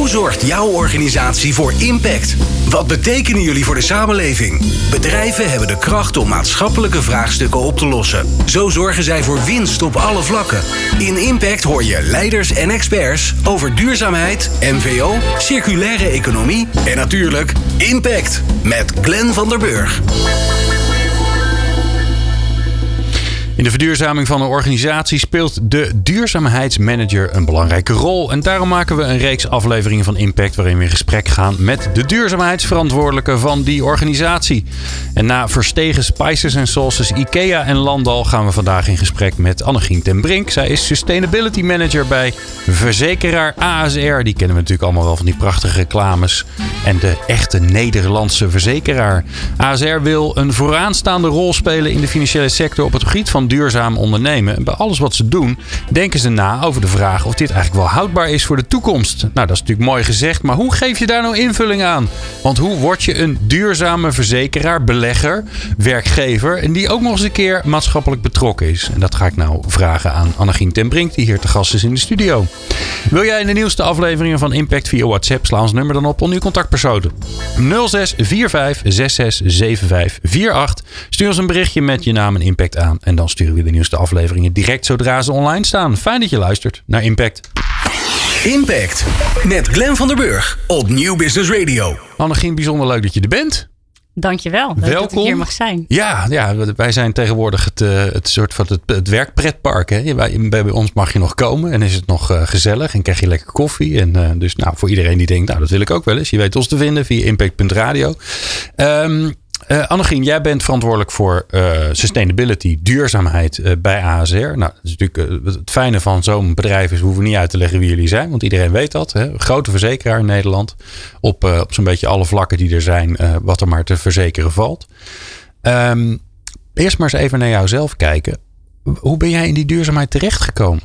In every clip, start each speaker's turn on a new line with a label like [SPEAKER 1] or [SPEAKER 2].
[SPEAKER 1] zorgt jouw organisatie voor impact? Wat betekenen jullie voor de samenleving? Bedrijven hebben de kracht om maatschappelijke vraagstukken op te lossen. Zo zorgen zij voor winst op alle vlakken. In Impact hoor je leiders en experts over duurzaamheid, MVO, circulaire economie en natuurlijk Impact met Glenn van der Burg.
[SPEAKER 2] In de verduurzaming van een organisatie speelt de duurzaamheidsmanager een belangrijke rol. En daarom maken we een reeks afleveringen van Impact waarin we in gesprek gaan met de duurzaamheidsverantwoordelijke van die organisatie. En na Verstegen Spices and Sauces, IKEA en Landal gaan we vandaag in gesprek met Annegien ten Brink. Zij is Sustainability Manager bij verzekeraar ASR. Die kennen we natuurlijk allemaal wel van die prachtige reclames. En de echte Nederlandse verzekeraar. ASR wil een vooraanstaande rol spelen in de financiële sector op het gebied van duurzaam ondernemen. En bij alles wat ze doen, denken ze na over de vraag of dit eigenlijk wel houdbaar is voor de toekomst. Nou, dat is natuurlijk mooi gezegd, maar hoe geef je daar nou invulling aan? Want hoe word je een duurzame verzekeraar, belegger, werkgever en die ook nog eens een keer maatschappelijk betrokken is? En dat ga ik nou vragen aan Annegien ten Brink, die hier te gast is in de studio. Wil jij in de nieuwste afleveringen van Impact via WhatsApp? Sla ons nummer dan op onder je contactpersoon. 0645 667548. Stuur ons een berichtje met je naam en Impact aan. En dan sturen we de nieuwste afleveringen direct zodra ze online staan. Fijn dat je luistert naar Impact.
[SPEAKER 1] Impact met Glenn van der Burg op Nieuw Business Radio.
[SPEAKER 2] Annegien, bijzonder leuk dat je er bent.
[SPEAKER 3] Dankjewel. Leuk dat ik hier mag zijn.
[SPEAKER 2] Ja, wij zijn tegenwoordig het soort van het werkpretpark. Hè? Bij ons mag je nog komen en is het nog gezellig en krijg je lekker koffie. En dus voor iedereen die denkt, nou dat wil ik ook wel eens. Je weet ons te vinden via impact.radio. Annegien, jij bent verantwoordelijk voor sustainability, duurzaamheid bij ASR. Nou, dat is natuurlijk het fijne van zo'n bedrijf is, we hoeven niet uit te leggen wie jullie zijn, want iedereen weet dat. Hè? Een grote verzekeraar in Nederland op zo'n beetje alle vlakken die er zijn, wat er maar te verzekeren valt. Eerst maar eens even naar jouzelf kijken. Hoe ben jij in die duurzaamheid terechtgekomen?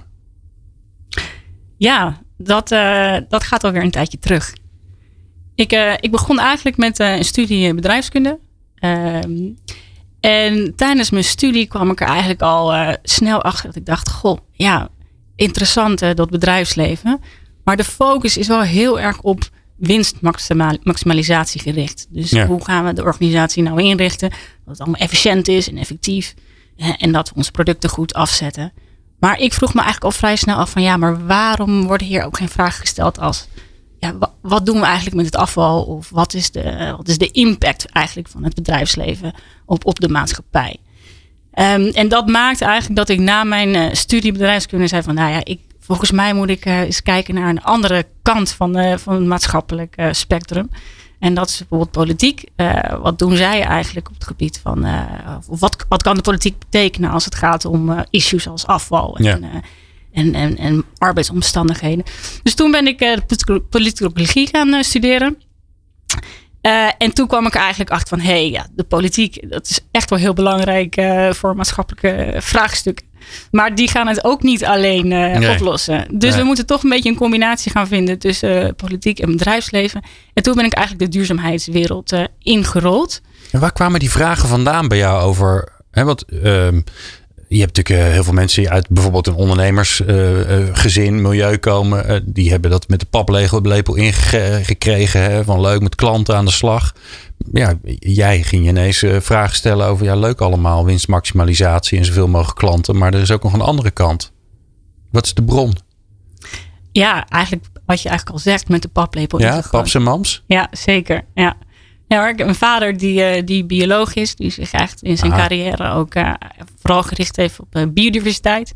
[SPEAKER 3] Ja, dat gaat alweer een tijdje terug. Ik begon eigenlijk met een studie bedrijfskunde. En tijdens mijn studie kwam ik er eigenlijk al snel achter dat ik dacht, interessant dat bedrijfsleven. Maar de focus is wel heel erg op winstmaximalisatie gericht. Dus hoe gaan we de organisatie nou inrichten? Dat het allemaal efficiënt is en effectief. En dat we onze producten goed afzetten. Maar ik vroeg me eigenlijk al vrij snel af van maar waarom worden hier ook geen vragen gesteld als wat doen we eigenlijk met het afval? Of wat is de impact eigenlijk van het bedrijfsleven op de maatschappij? En dat maakte eigenlijk dat ik na mijn studie bedrijfskunde zei van volgens mij moet ik eens kijken naar een andere kant van het maatschappelijk spectrum. En dat is bijvoorbeeld politiek. Wat doen zij eigenlijk op het gebied van wat kan de politiek betekenen als het gaat om issues als afval en arbeidsomstandigheden. Dus toen ben ik politicologie gaan studeren. En toen kwam ik er eigenlijk achter van de politiek, dat is echt wel heel belangrijk voor maatschappelijke vraagstukken. Maar die gaan het ook niet alleen oplossen. Dus we moeten toch een beetje een combinatie gaan vinden tussen politiek en bedrijfsleven. En toen ben ik eigenlijk de duurzaamheidswereld ingerold.
[SPEAKER 2] En waar kwamen die vragen vandaan bij jou over? Je hebt natuurlijk heel veel mensen die uit bijvoorbeeld een ondernemersgezin, milieu komen. Die hebben dat met de paplepel ingekregen. Van leuk met klanten aan de slag. Ja, jij ging ineens vragen stellen over leuk allemaal. Winstmaximalisatie en zoveel mogelijk klanten. Maar er is ook nog een andere kant. Wat is de bron?
[SPEAKER 3] Ja, eigenlijk wat je eigenlijk al zegt met de paplepel.
[SPEAKER 2] Ja, paps en mams?
[SPEAKER 3] Ja, zeker. Ja. Mijn vader die bioloog is, die zich echt in zijn carrière ook vooral gericht heeft op biodiversiteit.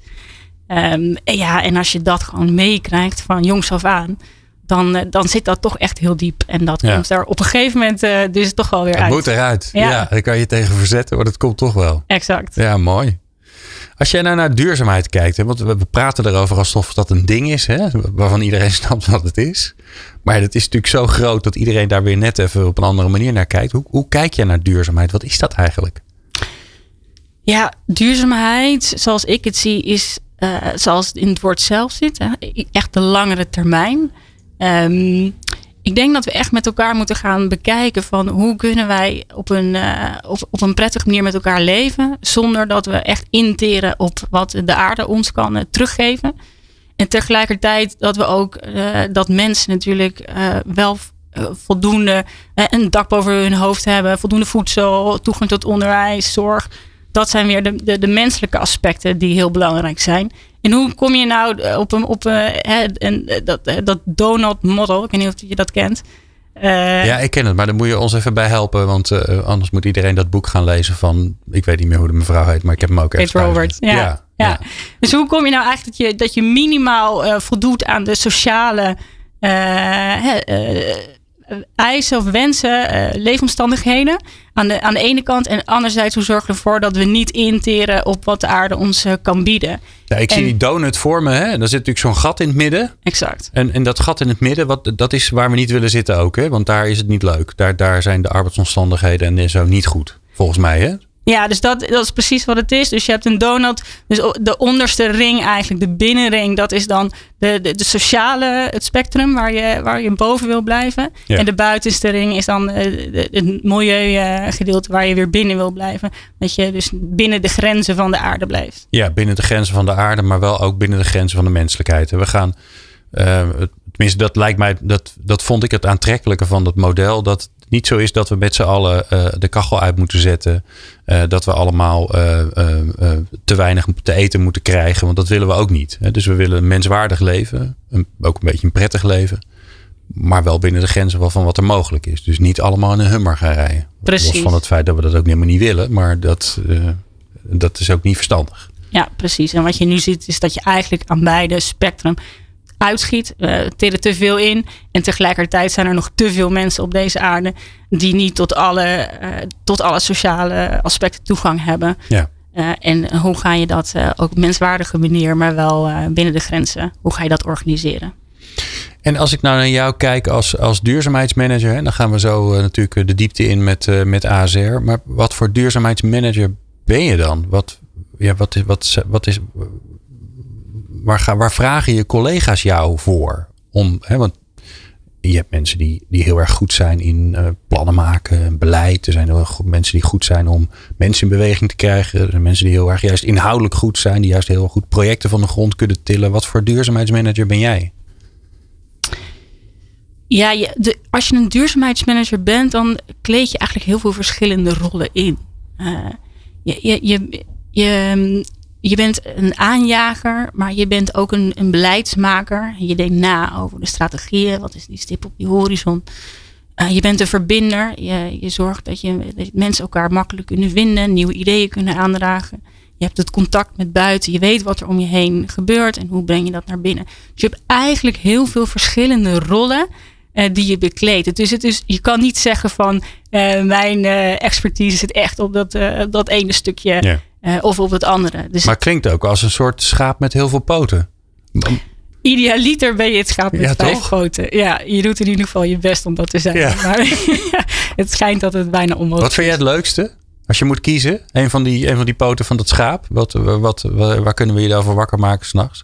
[SPEAKER 3] En als je dat gewoon meekrijgt van jongs af aan, dan zit dat toch echt heel diep. En dat komt er op een gegeven moment dus toch wel weer uit.
[SPEAKER 2] Het moet eruit. Ja, daar kan je tegen verzetten, maar dat komt toch wel.
[SPEAKER 3] Exact.
[SPEAKER 2] Ja, mooi. Als jij nou naar duurzaamheid kijkt, want we praten erover alsof dat een ding is, waarvan iedereen snapt wat het is. Maar het is natuurlijk zo groot dat iedereen daar weer net even op een andere manier naar kijkt. Hoe kijk jij naar duurzaamheid? Wat is dat eigenlijk?
[SPEAKER 3] Ja, duurzaamheid, zoals ik het zie, is zoals het in het woord zelf zit. Echt de langere termijn. Ik denk dat we echt met elkaar moeten gaan bekijken van hoe kunnen wij op een prettige manier met elkaar leven. Zonder dat we echt interen op wat de aarde ons kan teruggeven. En tegelijkertijd dat we ook dat mensen natuurlijk wel voldoende een dak boven hun hoofd hebben, voldoende voedsel, toegang tot onderwijs, zorg. Dat zijn weer de menselijke aspecten die heel belangrijk zijn. En hoe kom je nou dat donut model? Ik weet niet of je dat kent.
[SPEAKER 2] Ja, ik ken het, maar daar moet je ons even bij helpen. Want anders moet iedereen dat boek gaan lezen van... Ik weet niet meer hoe de mevrouw heet, maar ik heb hem ook ergens
[SPEAKER 3] Robert, ja. Dus hoe kom je nou eigenlijk dat je minimaal voldoet aan de sociale eisen of wensen, leefomstandigheden aan de ene kant. En anderzijds, hoe zorgen we ervoor dat we niet interen op wat de aarde ons kan bieden.
[SPEAKER 2] Ja, ik zie die donut voor me. Hè? Daar zit natuurlijk zo'n gat in het midden.
[SPEAKER 3] Exact.
[SPEAKER 2] En dat gat in het midden, dat is waar we niet willen zitten ook. Hè? Want daar is het niet leuk. Daar zijn de arbeidsomstandigheden en zo niet goed. Volgens mij, hè?
[SPEAKER 3] Ja, dus dat is precies wat het is. Dus je hebt een donut. Dus de onderste ring eigenlijk, de binnenring, dat is dan de sociale, het spectrum waar je boven wil blijven. Ja. En de buitenste ring is dan het milieugedeelte waar je weer binnen wil blijven. Dat je dus binnen de grenzen van de aarde blijft. Ja,
[SPEAKER 2] binnen de grenzen van de aarde, maar wel ook binnen de grenzen van de menselijkheid. We gaan, tenminste dat lijkt mij, dat vond ik het aantrekkelijke van dat model, dat het niet zo is dat we met z'n allen de kachel uit moeten zetten. Dat we allemaal te weinig te eten moeten krijgen. Want dat willen we ook niet. Dus we willen een menswaardig leven. Ook een beetje een prettig leven. Maar wel binnen de grenzen van wat er mogelijk is. Dus niet allemaal in een Hummer gaan rijden.
[SPEAKER 3] Precies.
[SPEAKER 2] Los van het feit dat we dat ook helemaal niet willen. Maar dat is ook niet verstandig.
[SPEAKER 3] Ja, precies. En wat je nu ziet is dat je eigenlijk aan beide spectrum uitschiet, teren te veel in. En tegelijkertijd zijn er nog te veel mensen op deze aarde die niet tot alle sociale aspecten toegang hebben. Ja. En hoe ga je dat ook op menswaardige manier, maar wel binnen de grenzen, hoe ga je dat organiseren?
[SPEAKER 2] En als ik nou naar jou kijk als duurzaamheidsmanager, dan gaan we zo natuurlijk de diepte in met ASR. Maar wat voor duurzaamheidsmanager ben je dan? Wat is... Waar vragen je collega's jou voor? Want je hebt mensen die heel erg goed zijn in plannen maken, beleid. Er zijn heel erg mensen die goed zijn om mensen in beweging te krijgen. Er zijn mensen die heel erg juist inhoudelijk goed zijn. Die juist heel goed projecten van de grond kunnen tillen. Wat voor duurzaamheidsmanager ben jij?
[SPEAKER 3] Ja, als je een bent, dan kleed je eigenlijk heel veel verschillende rollen in. Je bent een aanjager, maar je bent ook een beleidsmaker. Je denkt na over de strategieën. Wat is die stip op die horizon? Je bent een verbinder. Je zorgt dat mensen elkaar makkelijk kunnen vinden. Nieuwe ideeën kunnen aandragen. Je hebt het contact met buiten. Je weet wat er om je heen gebeurt. En hoe breng je dat naar binnen. Dus je hebt eigenlijk heel veel verschillende rollen die je bekleedt. Dus je kan niet zeggen van mijn expertise zit echt op dat ene stukje. Ja. Of op het andere. Dus
[SPEAKER 2] maar klinkt ook als een soort schaap met heel veel poten.
[SPEAKER 3] Idealiter ben je het schaap met 5 poten. Ja, je doet in ieder geval je best om dat te zijn. Ja. Maar het schijnt dat het bijna onmogelijk is.
[SPEAKER 2] Wat vind jij het leukste? Als je moet kiezen, een van die poten van dat schaap. Waar kunnen we je daarvoor wakker maken 's nachts?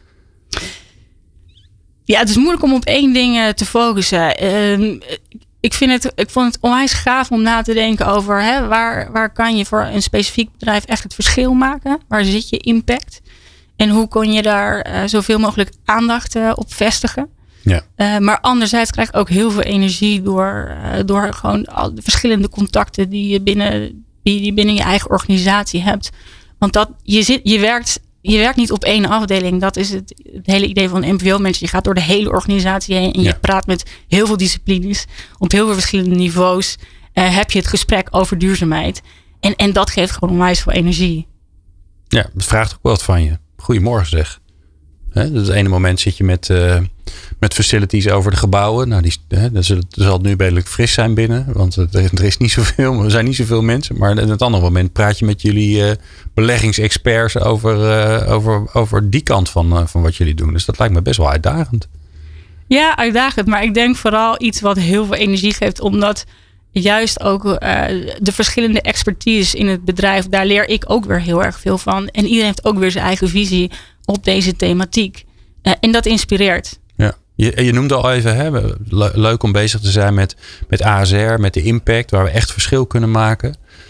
[SPEAKER 3] Ja, het is moeilijk om op één ding te focussen. Ik vond het onwijs gaaf om na te denken over waar kan je voor een specifiek bedrijf echt het verschil maken? Waar zit je impact? En hoe kon je daar zoveel mogelijk aandacht op vestigen? Ja. Maar anderzijds krijg ik ook heel veel energie door gewoon al de verschillende contacten die je binnen je eigen organisatie hebt. Want je werkt niet op één afdeling. Dat is het hele idee van een MVO-manager. Je gaat door de hele organisatie heen en je praat met heel veel disciplines. Op heel veel verschillende niveaus heb je het gesprek over duurzaamheid. En dat geeft gewoon onwijs veel energie.
[SPEAKER 2] Ja, dat vraagt ook wat van je. Goedemorgen zeg. Het ene moment zit je met facilities over de gebouwen. Nou, dan zal het nu redelijk fris zijn binnen. Want er is niet zoveel. Er zijn niet zoveel mensen. Maar in het andere moment praat je met jullie beleggingsexperts over die kant van wat jullie doen. Dus dat lijkt me best wel uitdagend.
[SPEAKER 3] Ja, uitdagend. Maar ik denk vooral iets wat heel veel energie geeft. Omdat juist ook de verschillende expertise in het bedrijf. Daar leer ik ook weer heel erg veel van. En iedereen heeft ook weer zijn eigen visie op deze thematiek. En dat inspireert.
[SPEAKER 2] Ja. Je noemde al even, leuk om bezig te zijn met ASR, met de impact, waar we echt verschil kunnen maken.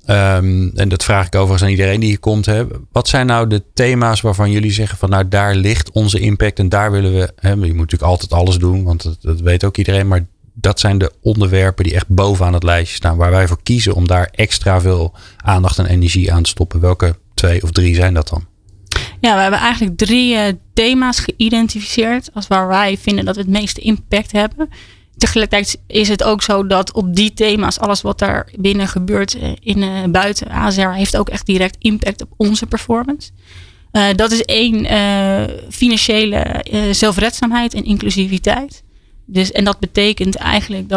[SPEAKER 2] En dat vraag ik overigens aan iedereen die hier komt. Hè. Wat zijn nou de thema's waarvan jullie zeggen van nou daar ligt onze impact en daar willen we. Hè, je moet natuurlijk altijd alles doen, want dat weet ook iedereen. Maar dat zijn de onderwerpen die echt bovenaan het lijstje staan. Waar wij voor kiezen om daar extra veel aandacht en energie aan te stoppen. Welke 2 of 3 zijn dat dan?
[SPEAKER 3] Ja, we hebben eigenlijk 3 thema's geïdentificeerd als waar wij vinden dat we het meeste impact hebben. Tegelijkertijd is het ook zo dat op die thema's, alles wat daar binnen gebeurt buiten ASR, heeft ook echt direct impact op onze performance. Dat is 1, financiële zelfredzaamheid en inclusiviteit. Dus, en dat betekent eigenlijk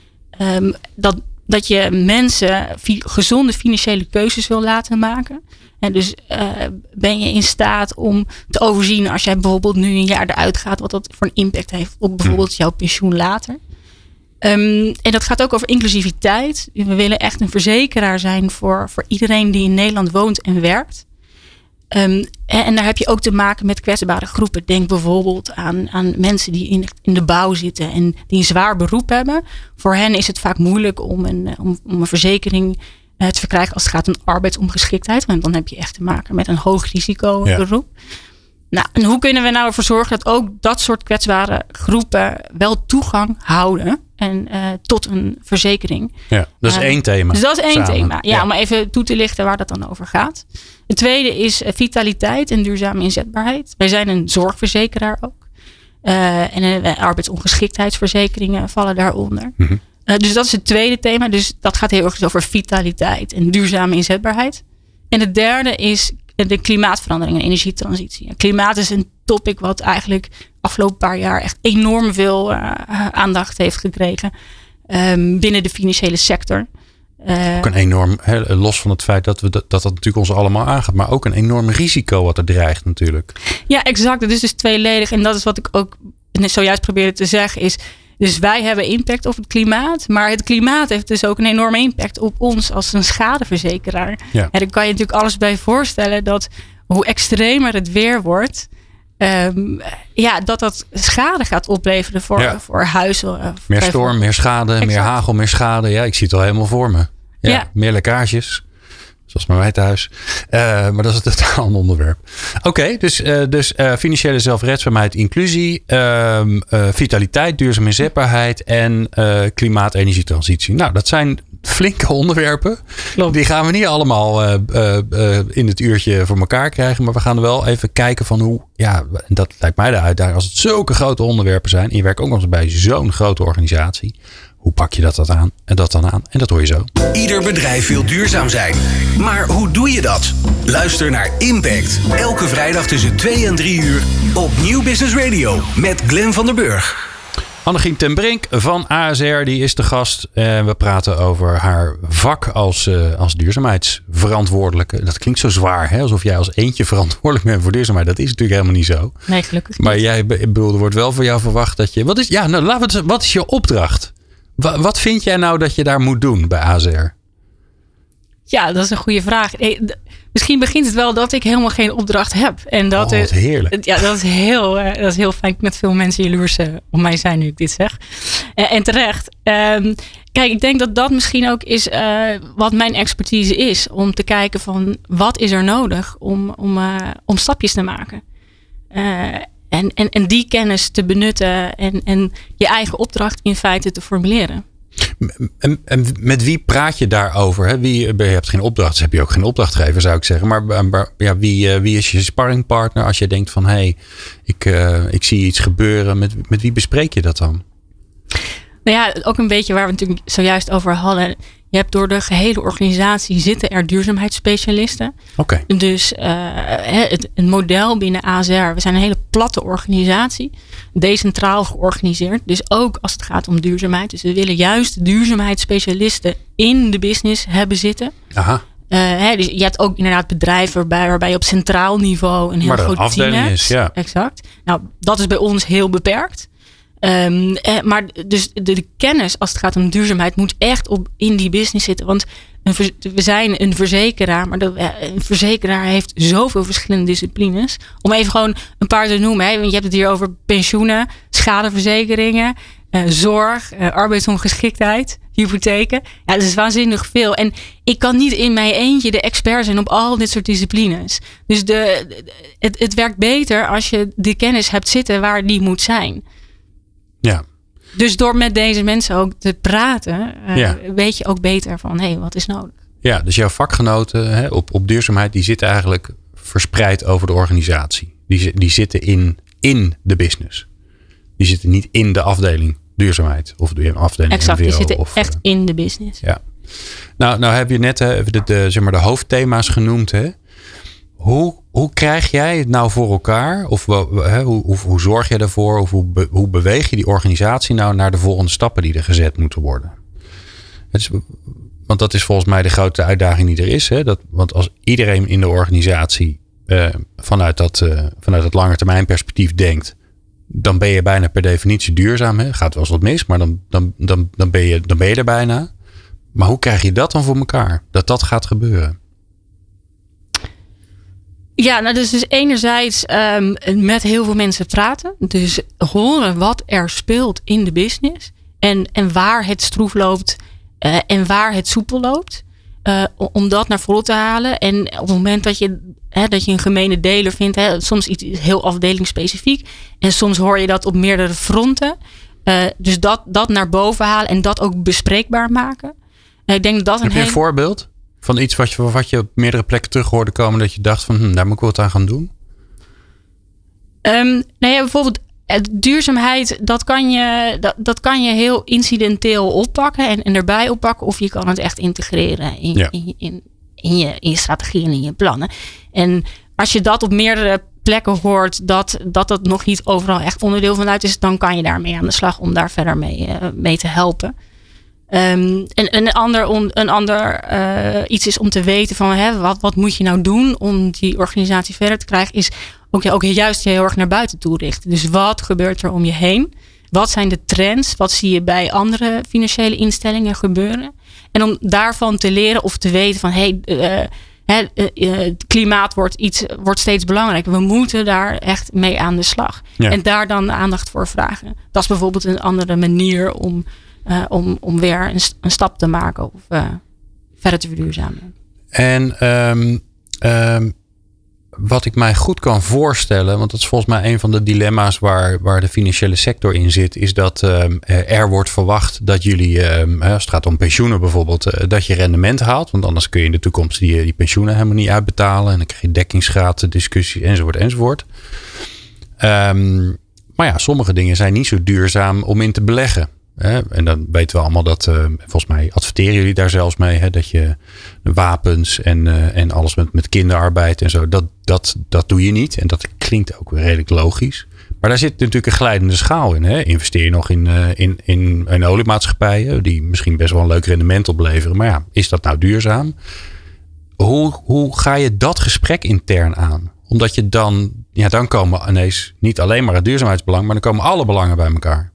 [SPEAKER 3] dat je mensen gezonde financiële keuzes wil laten maken. En dus ben je in staat om te overzien als jij bijvoorbeeld nu een jaar eruit gaat, wat dat voor een impact heeft op bijvoorbeeld jouw pensioen later. En dat gaat ook over inclusiviteit. We willen echt een verzekeraar zijn voor iedereen die in Nederland woont en werkt. En daar heb je ook te maken met kwetsbare groepen. Denk bijvoorbeeld aan mensen die in de bouw zitten en die een zwaar beroep hebben. Voor hen is het vaak moeilijk om een verzekering te verkrijgen als het gaat om arbeidsongeschiktheid. Want dan heb je echt te maken met een hoog risico beroep. Nou, en hoe kunnen we nou ervoor zorgen dat ook dat soort kwetsbare groepen wel toegang houden en tot een verzekering?
[SPEAKER 2] Ja, dat is 1 thema.
[SPEAKER 3] Dus dat is 1
[SPEAKER 2] samen.
[SPEAKER 3] thema. Ja, om even toe te lichten waar dat dan over gaat. Het tweede is vitaliteit en duurzame inzetbaarheid. Wij zijn een zorgverzekeraar ook. En arbeidsongeschiktheidsverzekeringen vallen daaronder. Mm-hmm. Dus dat is het tweede thema. Dus dat gaat heel erg over vitaliteit en duurzame inzetbaarheid. En het derde is de klimaatverandering en energietransitie. Klimaat is een topic wat eigenlijk afgelopen paar jaar echt enorm veel aandacht heeft gekregen binnen de financiële sector.
[SPEAKER 2] Ook een enorm, los van het feit dat dat natuurlijk ons allemaal aangaat, maar ook een enorm risico wat er dreigt natuurlijk. Ja,
[SPEAKER 3] exact. Het is dus tweeledig. En dat is wat ik ook zojuist probeerde te zeggen is, dus wij hebben impact op het klimaat, maar het klimaat heeft dus ook een enorme impact op ons als een schadeverzekeraar. Ja. En daar kan je natuurlijk alles bij voorstellen dat hoe extremer het weer wordt, dat schade gaat opleveren voor huizen.
[SPEAKER 2] Meer storm, meer schade, exact. Meer hagel, meer schade. Ja, ik zie het al helemaal voor me. Ja. Meer lekkages. Zoals bij mij thuis. Maar dat is een totaal ander onderwerp. Oké, dus financiële zelfredzaamheid, inclusie, vitaliteit, duurzame inzetbaarheid en klimaat-energietransitie. Nou, dat zijn flinke onderwerpen. Klopt. Die gaan we niet allemaal in het uurtje voor elkaar krijgen. Maar we gaan er wel even kijken van hoe, en dat lijkt mij de uitdaging. Als het zulke grote onderwerpen zijn en je werkt ook nog eens bij zo'n grote organisatie. Hoe pak je dat aan en dat dan aan? En dat hoor je zo.
[SPEAKER 1] Ieder bedrijf wil duurzaam zijn. Maar hoe doe je dat? Luister naar Impact. Elke vrijdag tussen 2 en 3 uur op Nieuw Business Radio met Glenn van der Burg.
[SPEAKER 2] Annegien ten Brink van ASR, die is de gast. We praten over haar vak als duurzaamheidsverantwoordelijke. Dat klinkt zo zwaar, hè? Alsof jij als eentje verantwoordelijk bent voor duurzaamheid. Dat is natuurlijk helemaal niet zo.
[SPEAKER 3] Nee, gelukkig niet.
[SPEAKER 2] Maar er wordt wel van jou verwacht dat je... Wat is je opdracht? Wat vind jij nou dat je daar moet doen bij ASR?
[SPEAKER 3] Ja, dat is een goede vraag. Misschien begint het wel dat ik helemaal geen opdracht heb. En dat
[SPEAKER 2] wat heerlijk.
[SPEAKER 3] Ja, dat is heel fijn. Met veel mensen jaloers op mij zijn nu ik dit zeg. En terecht. Kijk, ik denk dat misschien ook is wat mijn expertise is. Om te kijken van wat is er nodig om stapjes te maken. En die kennis te benutten en je eigen opdracht in feite te formuleren.
[SPEAKER 2] En met wie praat je daarover? Hè? Je hebt geen opdracht, dus heb je ook geen opdrachtgever, zou ik zeggen. Maar wie is je sparringpartner als je denkt van ik zie iets gebeuren. Met wie bespreek je dat dan?
[SPEAKER 3] Nou ja, ook een beetje waar we natuurlijk zojuist over hadden. Je hebt door de gehele organisatie zitten er duurzaamheidsspecialisten.
[SPEAKER 2] Okay.
[SPEAKER 3] Dus een model binnen ASR. We zijn een hele platte organisatie. Decentraal georganiseerd. Dus ook als het gaat om duurzaamheid. Dus we willen juist duurzaamheidsspecialisten in de business hebben zitten.
[SPEAKER 2] Aha.
[SPEAKER 3] Dus je hebt ook inderdaad bedrijven waarbij je op centraal niveau een heel groot team hebt.
[SPEAKER 2] Is, ja.
[SPEAKER 3] Exact. Nou, dat is bij ons heel beperkt. Maar dus de kennis als het gaat om duurzaamheid moet echt in die business zitten. Want we zijn een verzekeraar, maar een verzekeraar heeft zoveel verschillende disciplines. Om even gewoon een paar te noemen. Want je hebt het hier over pensioenen, schadeverzekeringen, zorg, arbeidsongeschiktheid, hypotheken. Ja, dat is waanzinnig veel. En ik kan niet in mijn eentje de expert zijn op al dit soort disciplines. Dus het werkt beter als je de kennis hebt zitten waar die moet zijn.
[SPEAKER 2] Ja.
[SPEAKER 3] Dus door met deze mensen ook te praten, weet je ook beter van, wat is nodig?
[SPEAKER 2] Ja, dus jouw vakgenoten op duurzaamheid, die zitten eigenlijk verspreid over de organisatie. Die zitten in de business. Die zitten niet in de afdeling duurzaamheid. Of de afdeling
[SPEAKER 3] exact,
[SPEAKER 2] MVO,
[SPEAKER 3] die zitten
[SPEAKER 2] of,
[SPEAKER 3] echt in de business.
[SPEAKER 2] Ja. Nou heb je net de hoofdthema's genoemd. Hè? Hoe krijg jij het nou voor elkaar? Of hoe zorg je ervoor? Of hoe beweeg je die organisatie nou naar de volgende stappen die er gezet moeten worden? Want dat is volgens mij de grote uitdaging die er is. Hè? Want als iedereen in de organisatie vanuit het langetermijnperspectief denkt, dan ben je bijna per definitie duurzaam. Hè? Gaat wel eens wat mis, maar dan ben je er bijna. Maar hoe krijg je dat dan voor elkaar? Dat gaat gebeuren?
[SPEAKER 3] Ja, nou dus enerzijds met heel veel mensen praten. Dus horen wat er speelt in de business. En waar het stroef loopt en waar het soepel loopt. Om dat naar voren te halen. En op het moment dat je een gemene deler vindt. Soms iets heel afdelingsspecifiek. En soms hoor je dat op meerdere fronten. Dus dat naar boven halen en dat ook bespreekbaar maken. Ik denk dat
[SPEAKER 2] Heb je een voorbeeld van iets wat je op meerdere plekken terug hoorde komen, dat je dacht van daar moet ik wat aan gaan doen?
[SPEAKER 3] Bijvoorbeeld duurzaamheid, dat kan je heel incidenteel oppakken en erbij oppakken. Of je kan het echt integreren in je strategie en in je plannen. En als je dat op meerdere plekken hoort, dat nog niet overal echt onderdeel van uit is, dan kan je daarmee aan de slag om daar verder mee te helpen. En een ander iets is om te weten van wat moet je nou doen om die organisatie verder te krijgen, is ook juist heel erg naar buiten toe richten. Dus wat gebeurt er om je heen? Wat zijn de trends? Wat zie je bij andere financiële instellingen gebeuren? En om daarvan te leren of te weten van klimaat wordt steeds belangrijker. We moeten daar echt mee aan de slag. Ja. En daar dan aandacht voor vragen. Dat is bijvoorbeeld een andere manier om weer een stap te maken of verder te verduurzamen.
[SPEAKER 2] En wat ik mij goed kan voorstellen, want dat is volgens mij een van de dilemma's waar de financiële sector in zit, is dat er wordt verwacht dat jullie, als het gaat om pensioenen bijvoorbeeld, dat je rendement haalt. Want anders kun je in de toekomst die pensioenen helemaal niet uitbetalen. En dan krijg je dekkingsgraad, discussie enzovoort. Maar ja, sommige dingen zijn niet zo duurzaam om in te beleggen. En dan weten we allemaal dat, volgens mij adverteren jullie daar zelfs mee, dat je wapens en alles met kinderarbeid en zo, dat doe je niet. En dat klinkt ook weer redelijk logisch. Maar daar zit natuurlijk een glijdende schaal in. Investeer je nog in oliemaatschappijen die misschien best wel een leuk rendement opleveren. Maar ja, is dat nou duurzaam? Hoe ga je dat gesprek intern aan? Omdat je dan komen ineens niet alleen maar het duurzaamheidsbelang, maar dan komen alle belangen bij elkaar.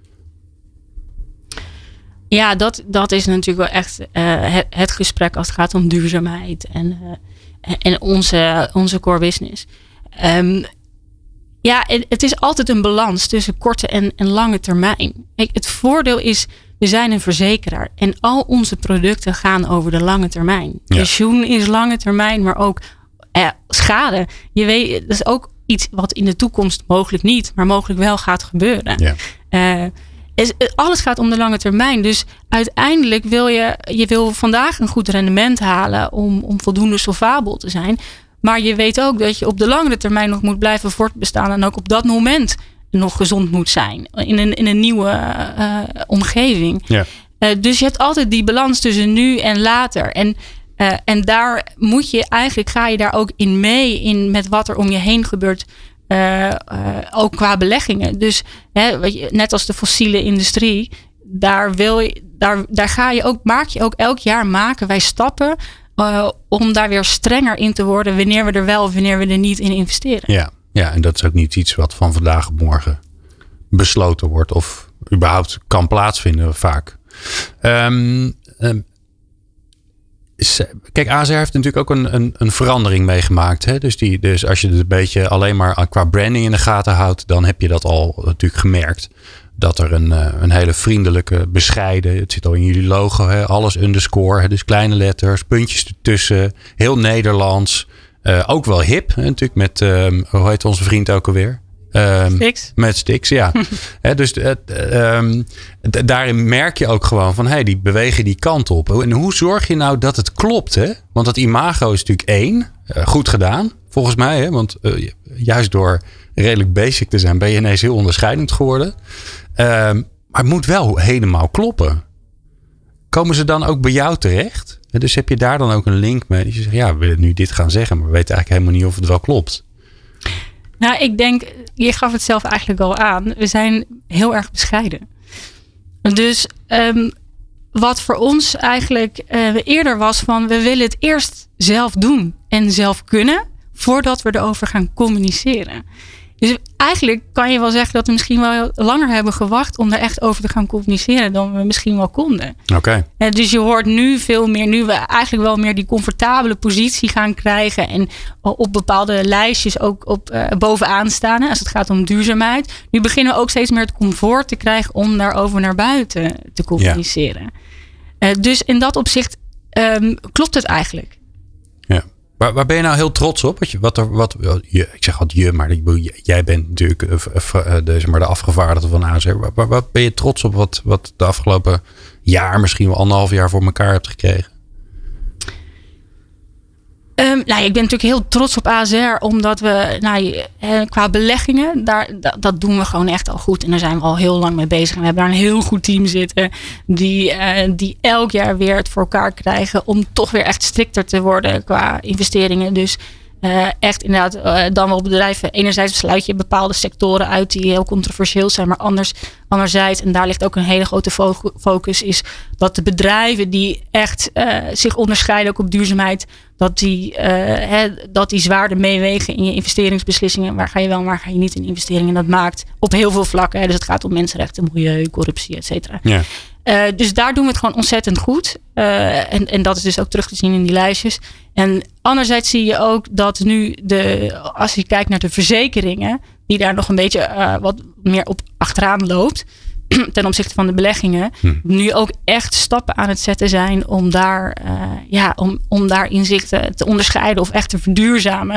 [SPEAKER 3] Ja, dat is natuurlijk wel echt het gesprek als het gaat om duurzaamheid en onze core business. Het is altijd een balans tussen korte en lange termijn. Het voordeel is, we zijn een verzekeraar en al onze producten gaan over de lange termijn. Ja. Pensioen is lange termijn, maar ook schade. Je weet, dat is ook iets wat in de toekomst mogelijk niet, maar mogelijk wel gaat gebeuren. Ja. Alles gaat om de lange termijn. Dus uiteindelijk wil vandaag een goed rendement halen om voldoende solvabel te zijn. Maar je weet ook dat je op de langere termijn nog moet blijven voortbestaan. En ook op dat moment nog gezond moet zijn. In een nieuwe omgeving. Ja. Dus je hebt altijd die balans tussen nu en later. En daar ga je daar ook in mee met wat er om je heen gebeurt. Ook qua beleggingen. Dus net als de fossiele industrie, maak je ook elk jaar maken wij stappen om daar weer strenger in te worden wanneer we er wel of wanneer we er niet in investeren.
[SPEAKER 2] Ja, en dat is ook niet iets wat van vandaag op morgen besloten wordt of überhaupt kan plaatsvinden vaak. Kijk, ASR heeft natuurlijk ook een verandering meegemaakt. Hè? Dus als je het een beetje alleen maar qua branding in de gaten houdt, dan heb je dat al natuurlijk gemerkt. dat er een hele vriendelijke, bescheiden, het zit al in jullie logo, hè, alles underscore, hè, dus kleine letters, puntjes ertussen, heel Nederlands, ook wel hip, hè, natuurlijk met, hoe heet onze vriend ook alweer?
[SPEAKER 3] Stix.
[SPEAKER 2] Met Stix, ja. Dus daarin merk je ook gewoon van, die bewegen die kant op. En hoe zorg je nou dat het klopt? Hè? Want dat imago is natuurlijk 1. Goed gedaan, volgens mij. Hè? Want juist door redelijk basic te zijn, ben je ineens heel onderscheidend geworden. Maar het moet wel helemaal kloppen. Komen ze dan ook bij jou terecht? Dus heb je daar dan ook een link mee? Dat je zegt, we willen nu dit gaan zeggen, maar we weten eigenlijk helemaal niet of het wel klopt.
[SPEAKER 3] Nou, ik denk, je gaf het zelf eigenlijk al aan. We zijn heel erg bescheiden. Dus wat voor ons eigenlijk eerder was van, we willen het eerst zelf doen en zelf kunnen, voordat we erover gaan communiceren. Dus eigenlijk kan je wel zeggen dat we misschien wel langer hebben gewacht om er echt over te gaan communiceren dan we misschien wel konden.
[SPEAKER 2] Oké.
[SPEAKER 3] Dus je hoort nu veel meer, nu we eigenlijk wel meer die comfortabele positie gaan krijgen en op bepaalde lijstjes ook bovenaan staan als het gaat om duurzaamheid. Nu beginnen we ook steeds meer het comfort te krijgen om daarover naar buiten te communiceren. Ja. Dus in dat opzicht klopt het eigenlijk. Ja.
[SPEAKER 2] Waar ben je nou heel trots op? Ik zeg altijd maar jij bent natuurlijk de afgevaardigde van ASR. Wat ben je trots op wat de afgelopen jaar, misschien wel 1,5 jaar voor elkaar hebt gekregen?
[SPEAKER 3] Ik ben natuurlijk heel trots op ASR, omdat we qua beleggingen, dat doen we gewoon echt al goed. En daar zijn we al heel lang mee bezig. En we hebben daar een heel goed team zitten die elk jaar weer het voor elkaar krijgen om toch weer echt strikter te worden qua investeringen. Dus echt inderdaad dan wel bedrijven. Enerzijds sluit je bepaalde sectoren uit die heel controversieel zijn, maar anderzijds, en daar ligt ook een hele grote focus, is dat de bedrijven die echt zich onderscheiden ook op duurzaamheid, dat die zwaarder meewegen in je investeringsbeslissingen. Waar ga je wel en waar ga je niet in investeringen? Dat maakt op heel veel vlakken. Dus het gaat om mensenrechten, milieu, corruptie, et cetera. Ja. Dus daar doen we het gewoon ontzettend goed. En dat is dus ook terug te zien in die lijstjes. En anderzijds zie je ook dat nu als je kijkt naar de verzekeringen, die daar nog een beetje wat meer op achteraan loopt ten opzichte van de beleggingen, nu ook echt stappen aan het zetten zijn om daar, om daar inzichten te onderscheiden of echt te verduurzamen.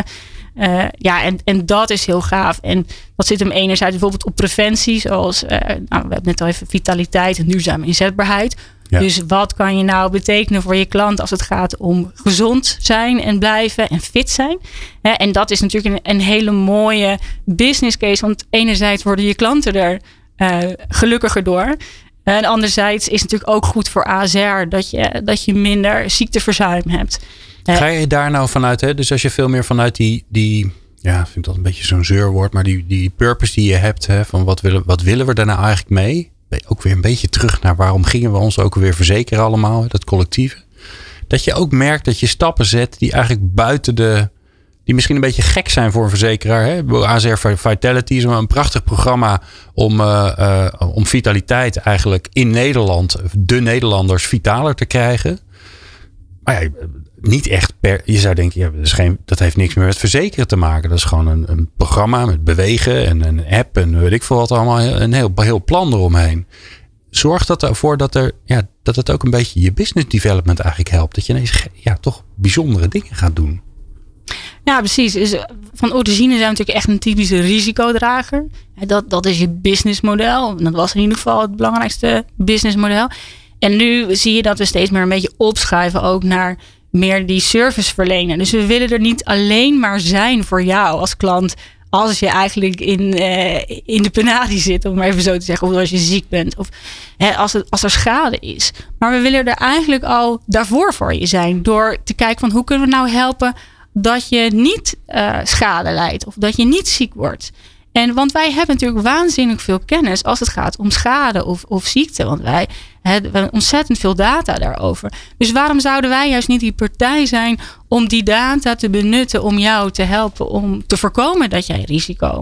[SPEAKER 3] En dat is heel gaaf. En dat zit hem enerzijds bijvoorbeeld op preventie, zoals we hebben net al even vitaliteit en duurzame inzetbaarheid. Ja. Dus wat kan je nou betekenen voor je klant als het gaat om gezond zijn en blijven en fit zijn? En dat is natuurlijk een hele mooie business case, want enerzijds worden je klanten er gelukkiger door. En anderzijds is het natuurlijk ook goed voor ASR dat je minder ziekteverzuim hebt.
[SPEAKER 2] Ga je daar nou vanuit, hè? Dus als je veel meer vanuit die ik vind dat een beetje zo'n zeurwoord, maar die purpose die je hebt, hè, van wat willen we daar nou eigenlijk mee? Ben je ook weer een beetje terug naar waarom gingen we ons ook weer verzekeren allemaal, hè, dat collectieve. Dat je ook merkt dat je stappen zet die eigenlijk buiten die misschien een beetje gek zijn voor een verzekeraar. Hè? ASR Vitality is een prachtig programma om vitaliteit eigenlijk in Nederland, de Nederlanders vitaler te krijgen. Maar ja, niet echt je zou denken, dat heeft niks meer met verzekeren te maken. Dat is gewoon een programma met bewegen en een app en weet ik veel wat allemaal. Een heel plan eromheen. Zorgt dat ervoor dat het ook een beetje je business development eigenlijk helpt. Dat je ineens toch bijzondere dingen gaat doen.
[SPEAKER 3] Ja, precies. Dus van origine zijn we natuurlijk echt een typische risicodrager. Dat is je businessmodel. Dat was in ieder geval het belangrijkste businessmodel. En nu zie je dat we steeds meer een beetje opschuiven ook naar meer die service verlenen. Dus we willen er niet alleen maar zijn voor jou als klant als je eigenlijk in de penarie zit, om maar even zo te zeggen, of als je ziek bent, of als er schade is. Maar we willen er eigenlijk al daarvoor voor je zijn, door te kijken van hoe kunnen we nou helpen dat je niet schade lijdt of dat je niet ziek wordt. Want wij hebben natuurlijk waanzinnig veel kennis als het gaat om schade of ziekte. Want wij hebben ontzettend veel data daarover. Dus waarom zouden wij juist niet die partij zijn om die data te benutten om jou te helpen om te voorkomen dat jij risico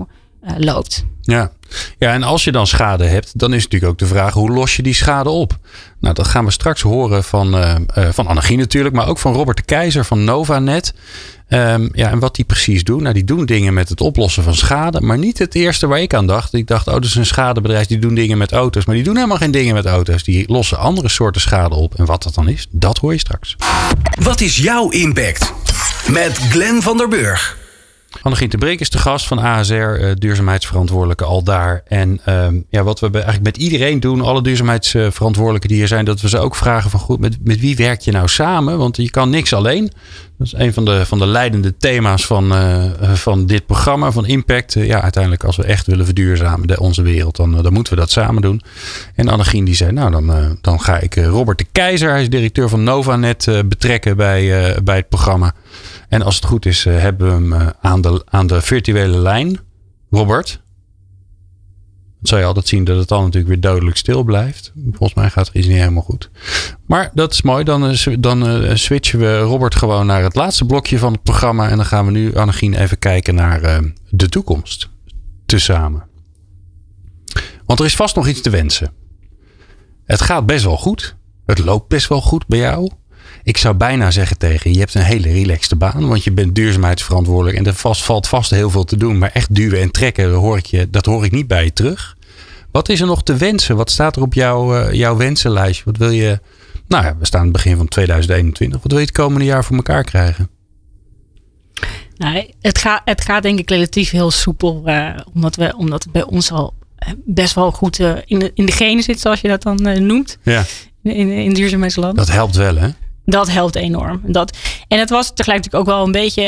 [SPEAKER 3] loopt.
[SPEAKER 2] Ja, en als je dan schade hebt, dan is natuurlijk ook de vraag, hoe los je die schade op? Nou, dat gaan we straks horen van Annegie natuurlijk, maar ook van Robert de Keizer van Novanet. En wat die precies doen. Nou, die doen dingen met het oplossen van schade, maar niet het eerste waar ik aan dacht. Ik dacht, dat is een schadebedrijf, die doen dingen met auto's, maar die doen helemaal geen dingen met auto's. Die lossen andere soorten schade op. En wat dat dan is, dat hoor je straks.
[SPEAKER 1] Wat is jouw impact? Met Glenn van der Burg.
[SPEAKER 2] Annegie de Brink is de gast van ASR, duurzaamheidsverantwoordelijke Aldaar. En wat we eigenlijk met iedereen doen, alle duurzaamheidsverantwoordelijken die hier zijn, dat we ze ook vragen van goed, met wie werk je nou samen? Want je kan niks alleen. Dat is een van de leidende thema's van dit programma, van Impact. Uiteindelijk als we echt willen verduurzamen onze wereld, dan moeten we dat samen doen. En Annegie die zei, dan ga ik Robert de Keizer, hij is directeur van Novanet, betrekken bij het programma. En als het goed is, hebben we hem aan de virtuele lijn. Robert, dan zou je altijd zien dat het dan natuurlijk weer dodelijk stil blijft. Volgens mij gaat er iets niet helemaal goed. Maar dat is mooi. Dan switchen we Robert gewoon naar het laatste blokje van het programma. En dan gaan we nu, Annegie, even kijken naar de toekomst. Tezamen. Want er is vast nog iets te wensen. Het gaat best wel goed. Het loopt best wel goed bij jou. Ik zou bijna zeggen tegen je hebt een hele relaxte baan. Want je bent duurzaamheidsverantwoordelijk. En er valt vast heel veel te doen. Maar echt duwen en trekken, dat hoor ik niet bij je terug. Wat is er nog te wensen? Wat staat er op jouw wensenlijstje? Wat wil je... we staan aan het begin van 2021. Wat wil je het komende jaar voor elkaar krijgen?
[SPEAKER 3] Nou, het gaat denk ik relatief heel soepel. Omdat het bij ons al best wel goed in de genen zit. Zoals je dat dan noemt. Ja. In duurzaamheidsland. Dat
[SPEAKER 2] helpt wel, hè?
[SPEAKER 3] Dat helpt enorm. En het was tegelijk natuurlijk ook wel een beetje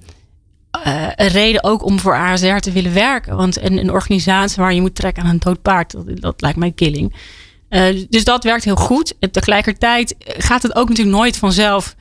[SPEAKER 3] een reden ook om voor ASR te willen werken. Want een organisatie waar je moet trekken aan een dood paard, dat lijkt mij killing. Dus dat werkt heel goed. En tegelijkertijd gaat het ook natuurlijk nooit vanzelf,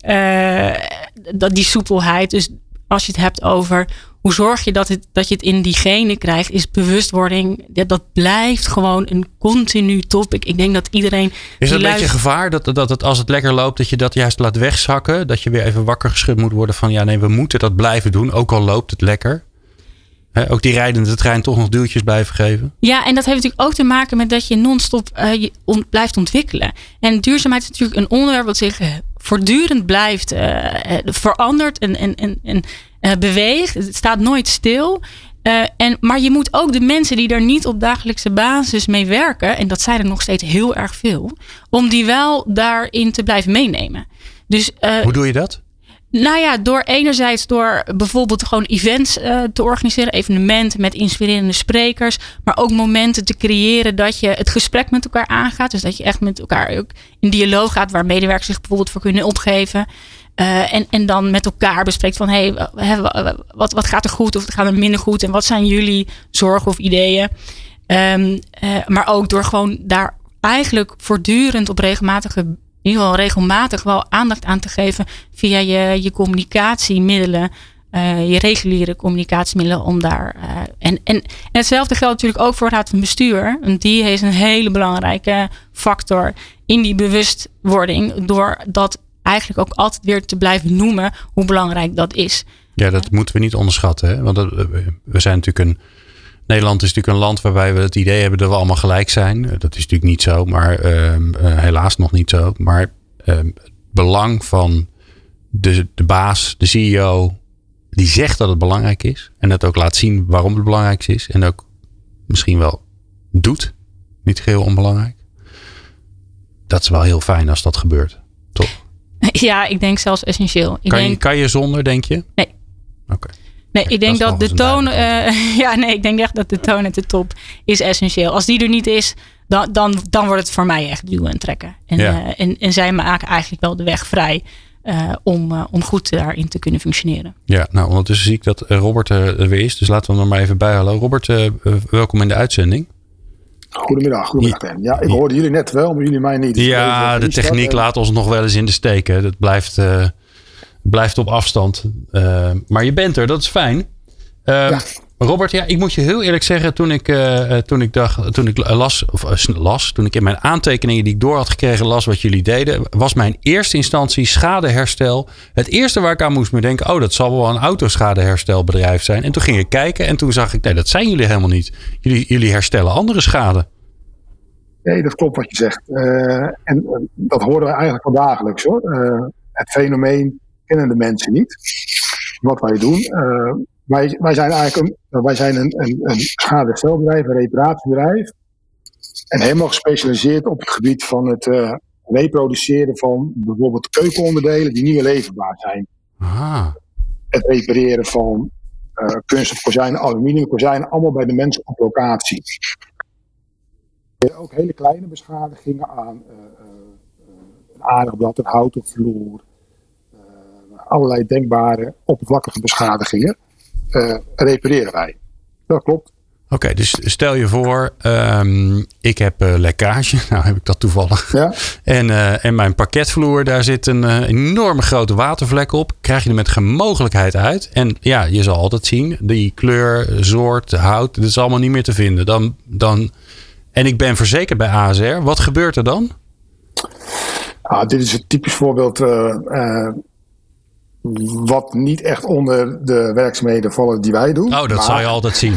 [SPEAKER 3] die soepelheid. Dus als je het hebt over hoe zorg je dat je het in die genen krijgt, is bewustwording. Dat blijft gewoon een continu topic. Ik denk dat iedereen...
[SPEAKER 2] Is er een beetje gevaar dat het, als het lekker loopt, dat je dat juist laat wegzakken? Dat je weer even wakker geschud moet worden van we moeten dat blijven doen, ook al loopt het lekker. Ook die rijdende trein toch nog duwtjes blijven geven? Ja, en dat heeft natuurlijk ook te maken met dat je non-stop
[SPEAKER 3] blijft ontwikkelen. En duurzaamheid is natuurlijk een onderwerp wat zich voortdurend blijft verandert en beweegt. Het staat nooit stil. Maar je moet ook de mensen die daar niet op dagelijkse basis mee werken, en dat zijn er nog steeds heel erg veel, om die wel daarin te blijven meenemen. Dus,
[SPEAKER 2] hoe doe je dat?
[SPEAKER 3] Enerzijds door bijvoorbeeld gewoon events te organiseren, evenementen met inspirerende sprekers, maar ook momenten te creëren dat je het gesprek met elkaar aangaat. Dus dat je echt met elkaar ook in dialoog gaat, waar medewerkers zich bijvoorbeeld voor kunnen opgeven. En dan met elkaar bespreekt van wat gaat er goed of wat gaat er minder goed en wat zijn jullie zorgen of ideeën. Maar ook door gewoon daar eigenlijk voortdurend op in ieder geval regelmatig wel aandacht aan te geven via je communicatiemiddelen, je reguliere communicatiemiddelen om daar. En hetzelfde geldt natuurlijk ook voor het raad van bestuur. Want die heeft een hele belangrijke factor in die bewustwording, door dat eigenlijk ook altijd weer te blijven noemen hoe belangrijk dat is.
[SPEAKER 2] Ja, dat moeten we niet onderschatten. Hè? Want we zijn natuurlijk Nederland is natuurlijk een land waarbij we het idee hebben dat we allemaal gelijk zijn. Dat is natuurlijk niet zo, maar helaas nog niet zo. Maar het belang van de baas, de CEO, die zegt dat het belangrijk is. En dat ook laat zien waarom het belangrijk is. En ook misschien wel doet. Niet geheel onbelangrijk. Dat is wel heel fijn als dat gebeurt, toch?
[SPEAKER 3] Ja, ik denk zelfs essentieel.
[SPEAKER 2] Kan je zonder, denk je?
[SPEAKER 3] Nee.
[SPEAKER 2] Oké.
[SPEAKER 3] Nee, ik denk dat de toon. Ik denk echt dat de toon at de top is essentieel. Als die er niet is, dan wordt het voor mij echt duwen en trekken. En zij maken eigenlijk wel de weg vrij om goed daarin te kunnen functioneren.
[SPEAKER 2] Ja, ondertussen zie ik dat Robert er weer is. Dus laten we hem er maar even bij halen. Robert, welkom in de uitzending.
[SPEAKER 4] Goedemiddag. Ja, ik hoorde jullie net wel, maar jullie mij niet. Dus
[SPEAKER 2] de techniek laat ons nog wel eens in de steek. Hè. Dat blijft op afstand. Maar je bent er, dat is fijn. Robert, ja, ik moet je heel eerlijk zeggen, toen ik in mijn aantekeningen die ik door had gekregen las wat jullie deden, was mijn eerste instantie schadeherstel. Het eerste waar ik aan moest denken, dat zal wel een autoschadeherstelbedrijf zijn. En toen ging ik kijken en toen zag ik, nee, dat zijn jullie helemaal niet. Jullie herstellen andere schade.
[SPEAKER 4] Nee, dat klopt wat je zegt. En dat horen we eigenlijk wel dagelijks hoor. Het fenomeen kennen de mensen niet. Wat wij doen. Wij zijn eigenlijk een schadeherstelbedrijf, een reparatiebedrijf. En helemaal gespecialiseerd op het gebied van het reproduceren van bijvoorbeeld keukenonderdelen die niet meer leverbaar zijn.
[SPEAKER 2] Aha.
[SPEAKER 4] Het repareren van kunststof kozijnen, aluminium kozijnen, allemaal bij de mensen op locatie. Ook hele kleine beschadigingen aan een aardeblad, een houten vloer. Allerlei denkbare oppervlakkige beschadigingen repareren wij. Dat klopt.
[SPEAKER 2] Oké, dus stel je voor, ik heb lekkage. Nou heb ik dat toevallig. Ja. En mijn parketvloer, daar zit een enorme grote watervlek op. Krijg je er met gemogelijkheid uit. En ja, je zal altijd zien, die kleur, soort, hout, dat is allemaal niet meer te vinden. En ik ben verzekerd bij ASR. Wat gebeurt er dan?
[SPEAKER 4] Dit is een typisch voorbeeld wat niet echt onder de werkzaamheden vallen die wij doen.
[SPEAKER 2] Dat zal je altijd zien.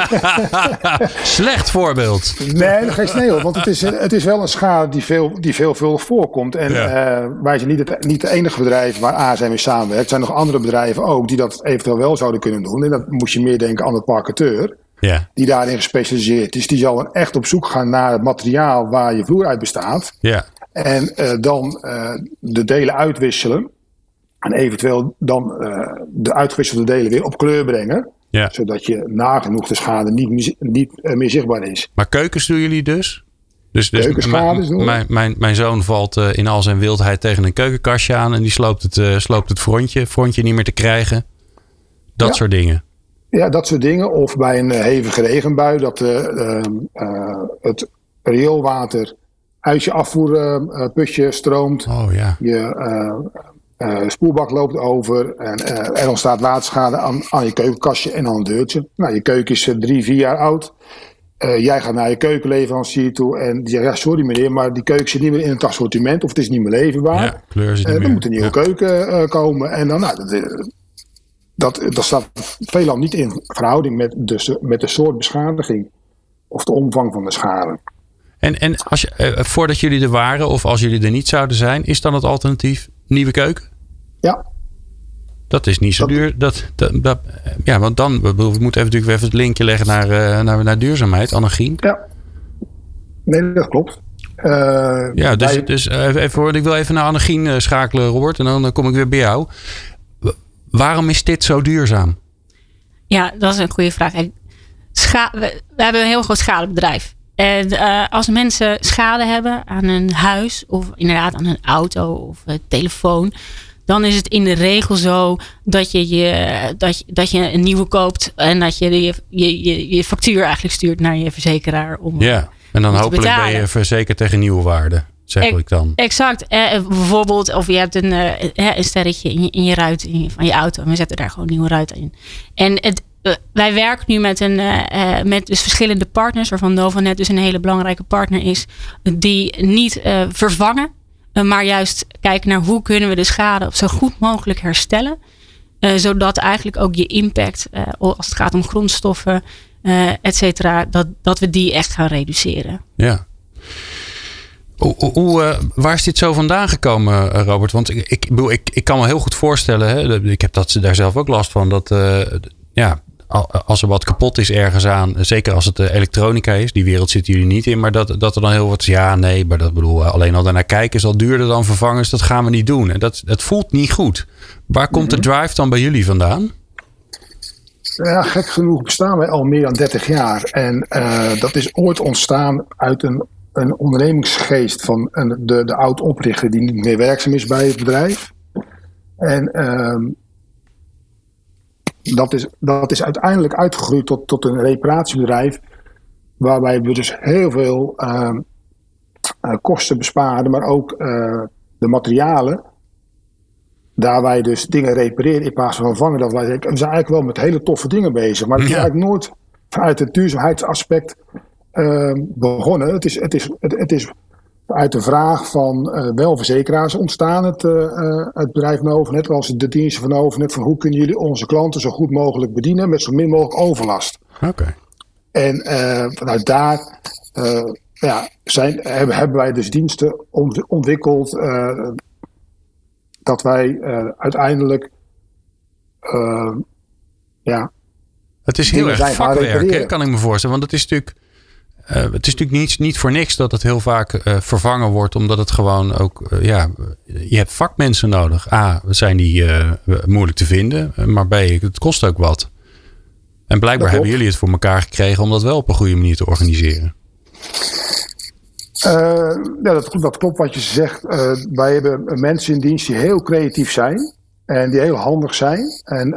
[SPEAKER 2] Slecht voorbeeld.
[SPEAKER 4] Nee, dat geeft nee hoor. Want het is wel een schade die veelvuldig voorkomt. En wij zijn niet het enige bedrijf waar ASR mee samenwerkt. Er zijn nog andere bedrijven ook die dat eventueel wel zouden kunnen doen. En dan moet je meer denken aan de parketeur. Ja. Die daarin gespecialiseerd is. Die zal dan echt op zoek gaan naar het materiaal waar je vloer uit bestaat. Ja. En dan de delen uitwisselen. En eventueel dan de uitgewisselde delen weer op kleur brengen. Ja. Zodat je nagenoeg de schade niet meer zichtbaar is.
[SPEAKER 2] Maar keukens doen jullie dus? Dus mijn zoon valt in al zijn wildheid tegen een keukenkastje aan. En die sloopt het frontje niet meer te krijgen. Dat soort dingen.
[SPEAKER 4] Ja, dat soort dingen. Of bij een hevige regenbui dat het rioolwater uit je afvoerputje stroomt.
[SPEAKER 2] Oh ja.
[SPEAKER 4] Je spoelbak loopt over en er ontstaat waterschade aan je keukenkastje en aan een deurtje. Nou, je keuken is 3-4 jaar oud. Jij gaat naar je keukenleverancier toe en die zegt, ja, sorry meneer, maar die keuken zit niet meer in het assortiment of het is niet meer leverbaar.
[SPEAKER 2] Ja, kleur zit niet meer.
[SPEAKER 4] Dan moet een nieuwe keuken komen. En dan, dat staat veelal niet in verhouding met de soort beschadiging of de omvang van de schade.
[SPEAKER 2] En als voordat jullie er waren of als jullie er niet zouden zijn, is dan het alternatief nieuwe keuken?
[SPEAKER 4] Ja.
[SPEAKER 2] Dat is niet zo duur. Want dan, we moeten even het linkje leggen naar duurzaamheid, Annegien.
[SPEAKER 4] Ja. Nee, dat klopt.
[SPEAKER 2] Dus even, ik wil even naar Annegien schakelen, Robert, en dan kom ik weer bij jou. Waarom is dit zo duurzaam?
[SPEAKER 3] Ja, dat is een goede vraag. We hebben een heel groot schadebedrijf. En als mensen schade hebben aan een huis of inderdaad aan een auto of telefoon, dan is het in de regel zo dat je een nieuwe koopt en dat je je factuur eigenlijk stuurt naar je verzekeraar om
[SPEAKER 2] en dan hopelijk ben je verzekerd tegen nieuwe waarde. Zeg ik dan.
[SPEAKER 3] Exact. Bijvoorbeeld, of je hebt een sterretje in je ruit van je auto en we zetten daar gewoon nieuwe ruiten in. En wij werken nu met dus verschillende partners, waarvan Novanet dus een hele belangrijke partner is, die niet vervangen, maar juist kijken naar hoe kunnen we de schade zo goed mogelijk herstellen. Zodat eigenlijk ook je impact, als het gaat om grondstoffen, et cetera, dat we die echt gaan reduceren.
[SPEAKER 2] Ja. Waar is dit zo vandaan gekomen, Robert? Want ik kan me heel goed voorstellen, hè, ik heb daar zelf ook last van, dat als er wat kapot is ergens aan, zeker als het elektronica is, die wereld zitten jullie niet in, maar dat er dan heel wat, maar dat bedoel, alleen al daarnaar kijken is al duurder dan vervangers, dat gaan we niet doen. En dat voelt niet goed. Waar komt de drive dan bij jullie vandaan?
[SPEAKER 4] Ja, gek genoeg bestaan wij al meer dan 30 jaar. En dat is ooit ontstaan uit een ondernemingsgeest van de oud-oprichter die niet meer werkzaam is bij het bedrijf. En dat is uiteindelijk uitgegroeid tot een reparatiebedrijf, waarbij we dus heel veel kosten besparen, maar ook de materialen daar wij dus dingen repareren in plaats van vervangen, dat wij denken, we zijn eigenlijk wel met hele toffe dingen bezig. Maar het is eigenlijk nooit vanuit het duurzaamheidsaspect begonnen. Het is uit de vraag van wel verzekeraars ontstaan, het bedrijf Novanet, als de diensten van Novanet, van hoe kunnen jullie onze klanten zo goed mogelijk bedienen met zo min mogelijk overlast.
[SPEAKER 2] Oké.
[SPEAKER 4] En vanuit daar hebben wij dus diensten ontwikkeld dat wij uiteindelijk
[SPEAKER 2] het is heel erg vakwerk, hè, kan ik me voorstellen. Want het is natuurlijk niet voor niks dat het heel vaak vervangen wordt. Omdat het gewoon ook, je hebt vakmensen nodig. A, zijn die moeilijk te vinden. Maar B, het kost ook wat. En blijkbaar hebben jullie het voor elkaar gekregen om dat wel op een goede manier te organiseren.
[SPEAKER 4] Dat klopt wat je zegt. Wij hebben mensen in dienst die heel creatief zijn. En die heel handig zijn. En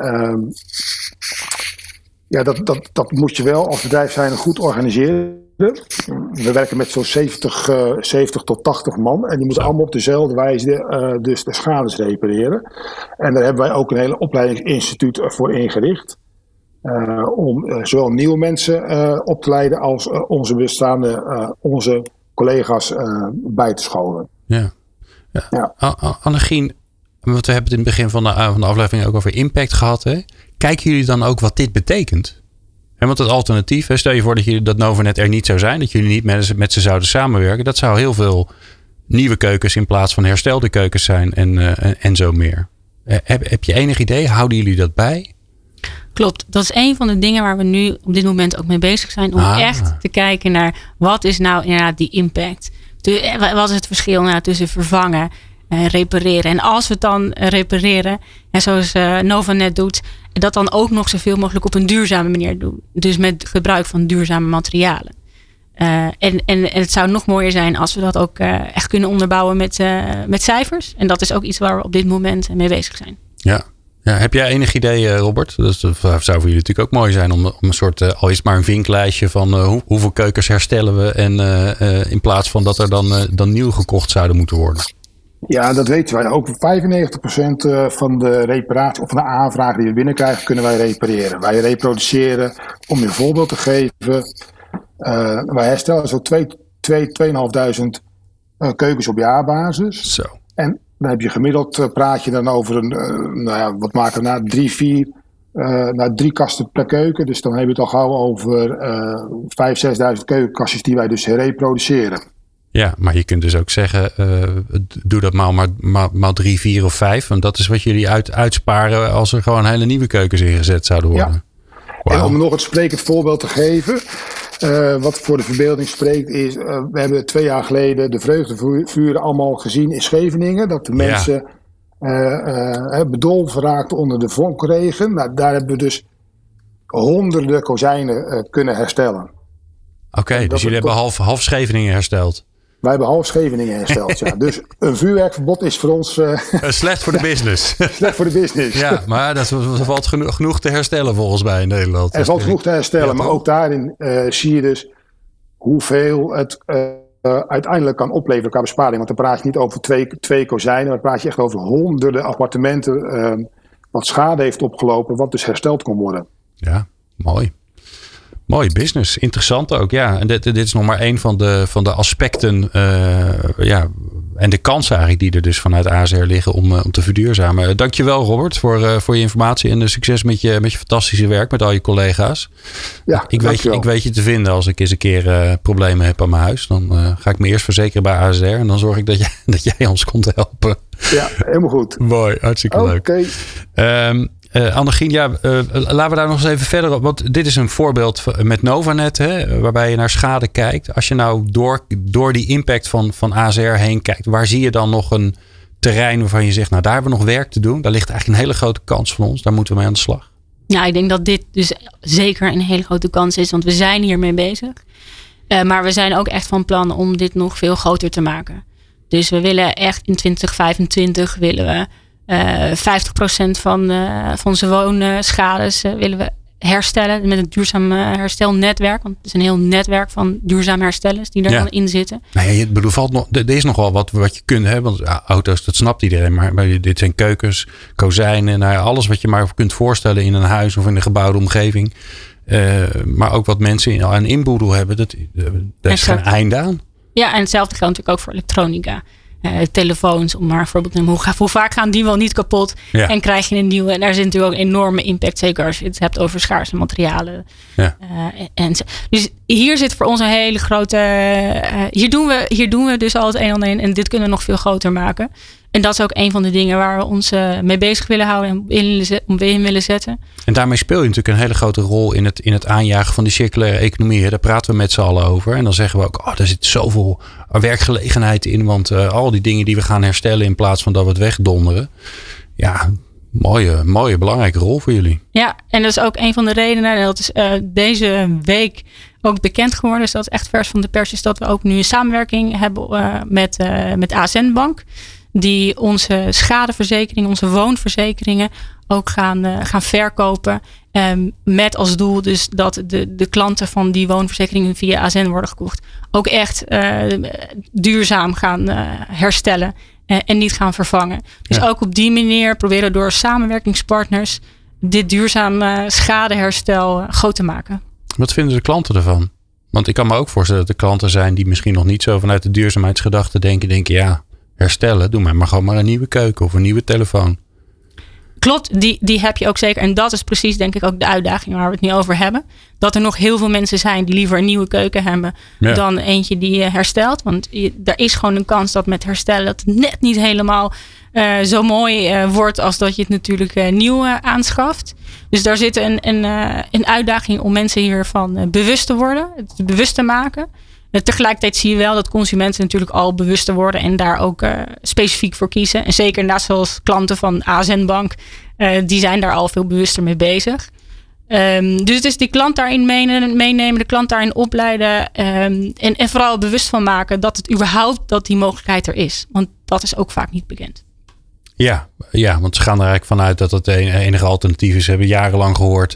[SPEAKER 4] dat moet je wel als bedrijf zijn goed organiseren. We werken met zo'n 70 tot 80 man. En die moeten allemaal op dezelfde wijze dus de schades repareren. En daar hebben wij ook een hele opleidingsinstituut voor ingericht. Om zowel nieuwe mensen op te leiden als onze bestaande onze collega's bij te scholen. Ja.
[SPEAKER 2] Annegien, want we hebben het in het begin van de aflevering ook over impact gehad. Hè? Kijken jullie dan ook wat dit betekent? Want het alternatief, stel je voor dat Novanet er niet zou zijn, dat jullie niet met ze zouden samenwerken. Dat zou heel veel nieuwe keukens in plaats van herstelde keukens zijn en zo meer. Heb je enig idee? Houden jullie dat bij?
[SPEAKER 3] Klopt, dat is een van de dingen waar we nu op dit moment ook mee bezig zijn. Om echt te kijken naar wat is nou inderdaad die impact. Wat is het verschil tussen vervangen en repareren. En als we het dan repareren, zoals Novanet doet, dat dan ook nog zoveel mogelijk op een duurzame manier doen. Dus met gebruik van duurzame materialen. En het zou nog mooier zijn als we dat ook echt kunnen onderbouwen met cijfers. En dat is ook iets waar we op dit moment mee bezig zijn. Ja.
[SPEAKER 2] Ja, heb jij enig idee, Robert? Dat zou voor jullie natuurlijk ook mooi zijn om een soort, al is het maar een vinklijstje van hoeveel keukens herstellen we en in plaats van dat er dan nieuw gekocht zouden moeten worden.
[SPEAKER 4] Ja, dat weten wij ook. 95% van de reparatie of van de aanvragen die we binnenkrijgen kunnen wij repareren. Wij reproduceren, om je een voorbeeld te geven, wij herstellen zo'n 2.500 keukens op jaarbasis.
[SPEAKER 2] Zo.
[SPEAKER 4] En dan heb je gemiddeld, praat je dan over wat maken we 3 kasten per keuken. Dus dan heb je het al gauw over 5.000-6.000 keukenkastjes die wij dus reproduceren.
[SPEAKER 2] Ja, maar je kunt dus ook zeggen, doe dat maal 3, 4 of 5. Want dat is wat jullie uitsparen als er gewoon hele nieuwe keukens ingezet zouden worden.
[SPEAKER 4] Ja. Wow. En om nog een sprekend voorbeeld te geven, wat voor de verbeelding spreekt is, we hebben 2 jaar geleden de vreugdevuren allemaal gezien in Scheveningen. Dat de mensen bedolven raakten onder de vonkregen. Nou, daar hebben we dus honderden kozijnen kunnen herstellen.
[SPEAKER 2] Oké, dus jullie hebben half Scheveningen hersteld.
[SPEAKER 4] Wij hebben half Scheveningen hersteld, ja. Dus een vuurwerkverbod is voor ons...
[SPEAKER 2] slecht voor de business.
[SPEAKER 4] Slecht voor de business.
[SPEAKER 2] Ja, maar er valt genoeg te herstellen volgens mij in Nederland.
[SPEAKER 4] Er valt genoeg te herstellen, maar ook daarin zie je dus hoeveel het uiteindelijk kan opleveren qua besparing. Want dan praat je niet over twee kozijnen, maar dan praat je echt over honderden appartementen wat schade heeft opgelopen, wat dus hersteld kon worden.
[SPEAKER 2] Ja, mooi. Mooie business. Interessant ook, ja. En dit is nog maar één van de aspecten en de kansen eigenlijk die er dus vanuit ASR liggen om te verduurzamen. Dankjewel Robert voor je informatie en succes met je fantastische werk met al je collega's.
[SPEAKER 4] Ja,
[SPEAKER 2] ik weet je te vinden als ik eens een keer problemen heb aan mijn huis. Dan ga ik me eerst verzekeren bij ASR en dan zorg ik dat jij ons komt helpen.
[SPEAKER 4] Ja, helemaal goed.
[SPEAKER 2] Mooi, hartstikke leuk.
[SPEAKER 4] Oké.
[SPEAKER 2] Annegien, laten we daar nog eens even verder op. Want dit is een voorbeeld met Novanet, hè, waarbij je naar schade kijkt. Als je nou door die impact van ASR heen kijkt, waar zie je dan nog een terrein waarvan je zegt, nou daar hebben we nog werk te doen. Daar ligt eigenlijk een hele grote kans van ons. Daar moeten we mee aan de slag.
[SPEAKER 3] Ja, ik denk dat dit dus zeker een hele grote kans is, want we zijn hiermee bezig. Maar we zijn ook echt van plan om dit nog veel groter te maken. Dus we willen echt in 2025 willen we 50% van onze woonschades willen we herstellen met een duurzaam herstelnetwerk. Want het is een heel netwerk van duurzaam herstellers die er dan in zitten.
[SPEAKER 2] Nee, er is nog wel wat je kunt hebben. Want auto's, dat snapt iedereen. Maar dit zijn keukens, kozijnen. Alles wat je maar kunt voorstellen in een huis of in een gebouwde omgeving. Maar ook wat mensen aan inboedel hebben. Daar is geen einde aan.
[SPEAKER 3] Ja, en hetzelfde geldt natuurlijk ook voor elektronica. Telefoons, om maar een voorbeeld te nemen. Hoe vaak gaan die wel niet kapot? Ja. En krijg je een nieuwe? En daar zit natuurlijk ook een enorme impact. Zeker als je het hebt over schaarse materialen. Ja. Dus hier zit voor ons een hele grote... Hier doen we dus al het een en ander in. En dit kunnen we nog veel groter maken. En dat is ook een van de dingen waar we ons mee bezig willen houden. En in willen zetten. En
[SPEAKER 2] daarmee speel je natuurlijk een hele grote rol in het aanjagen van de circulaire economie. Daar praten we met z'n allen over. En dan zeggen we ook, daar zit zoveel werkgelegenheid in. Want al die dingen die we gaan herstellen in plaats van dat we het wegdonderen. Ja, mooie belangrijke rol voor jullie.
[SPEAKER 3] Ja, en dat is ook een van de redenen. En dat is deze week ook bekend geworden. Dus dat is echt vers van de pers. Is dat we ook nu een samenwerking hebben met ASN Bank. Die onze schadeverzekering, onze woonverzekeringen ook gaan verkopen. Met als doel dus dat de klanten van die woonverzekeringen via ASN worden gekocht. Ook echt duurzaam gaan herstellen en niet gaan vervangen. Dus ook op die manier proberen door samenwerkingspartners dit duurzaam schadeherstel groot te maken.
[SPEAKER 2] Wat vinden de klanten ervan? Want ik kan me ook voorstellen dat er klanten zijn die misschien nog niet zo vanuit de duurzaamheidsgedachte denken ja, herstellen, doe maar gewoon maar een nieuwe keuken of een nieuwe telefoon.
[SPEAKER 3] Klopt, die heb je ook zeker. En dat is precies denk ik ook de uitdaging waar we het nu over hebben. Dat er nog heel veel mensen zijn die liever een nieuwe keuken hebben dan eentje die herstelt. Want er is gewoon een kans dat met herstellen dat het net niet helemaal zo mooi wordt als dat je het natuurlijk nieuw aanschaft. Dus daar zit een uitdaging om mensen hiervan bewust te worden, het bewust te maken. Tegelijkertijd zie je wel dat consumenten natuurlijk al bewuster worden en daar ook specifiek voor kiezen. En zeker inderdaad zoals klanten van ASN Bank, die zijn daar al veel bewuster mee bezig. Dus het is die klant daarin meenemen, de klant daarin opleiden en vooral bewust van maken dat die mogelijkheid er is. Want dat is ook vaak niet bekend.
[SPEAKER 2] Ja, want ze gaan er eigenlijk vanuit dat het enige alternatief is. Ze hebben jarenlang gehoord.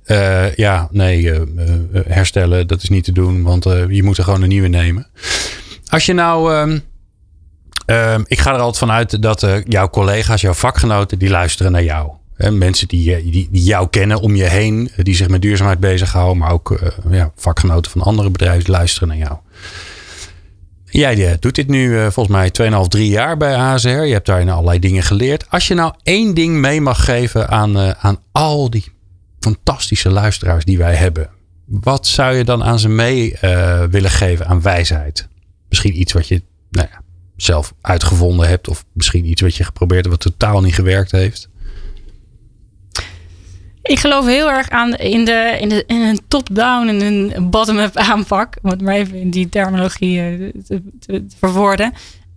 [SPEAKER 2] Herstellen, dat is niet te doen. Want je moet er gewoon een nieuwe nemen. Als je nou... ik ga er altijd vanuit dat jouw collega's, jouw vakgenoten, die luisteren naar jou. Mensen die jou kennen om je heen. Die zich met duurzaamheid bezighouden. Maar ook vakgenoten van andere bedrijven luisteren naar jou. Jij doet dit nu volgens mij 2,5, 3 jaar bij ASR. Je hebt daarin allerlei dingen geleerd. Als je nou 1 ding mee mag geven aan al die fantastische luisteraars die wij hebben. Wat zou je dan aan ze mee willen geven aan wijsheid? Misschien iets wat je zelf uitgevonden hebt. Of misschien iets wat je geprobeerd hebt wat totaal niet gewerkt heeft.
[SPEAKER 3] Ik geloof heel erg in een top-down en een bottom-up aanpak. Om het maar even in die terminologie te verwoorden.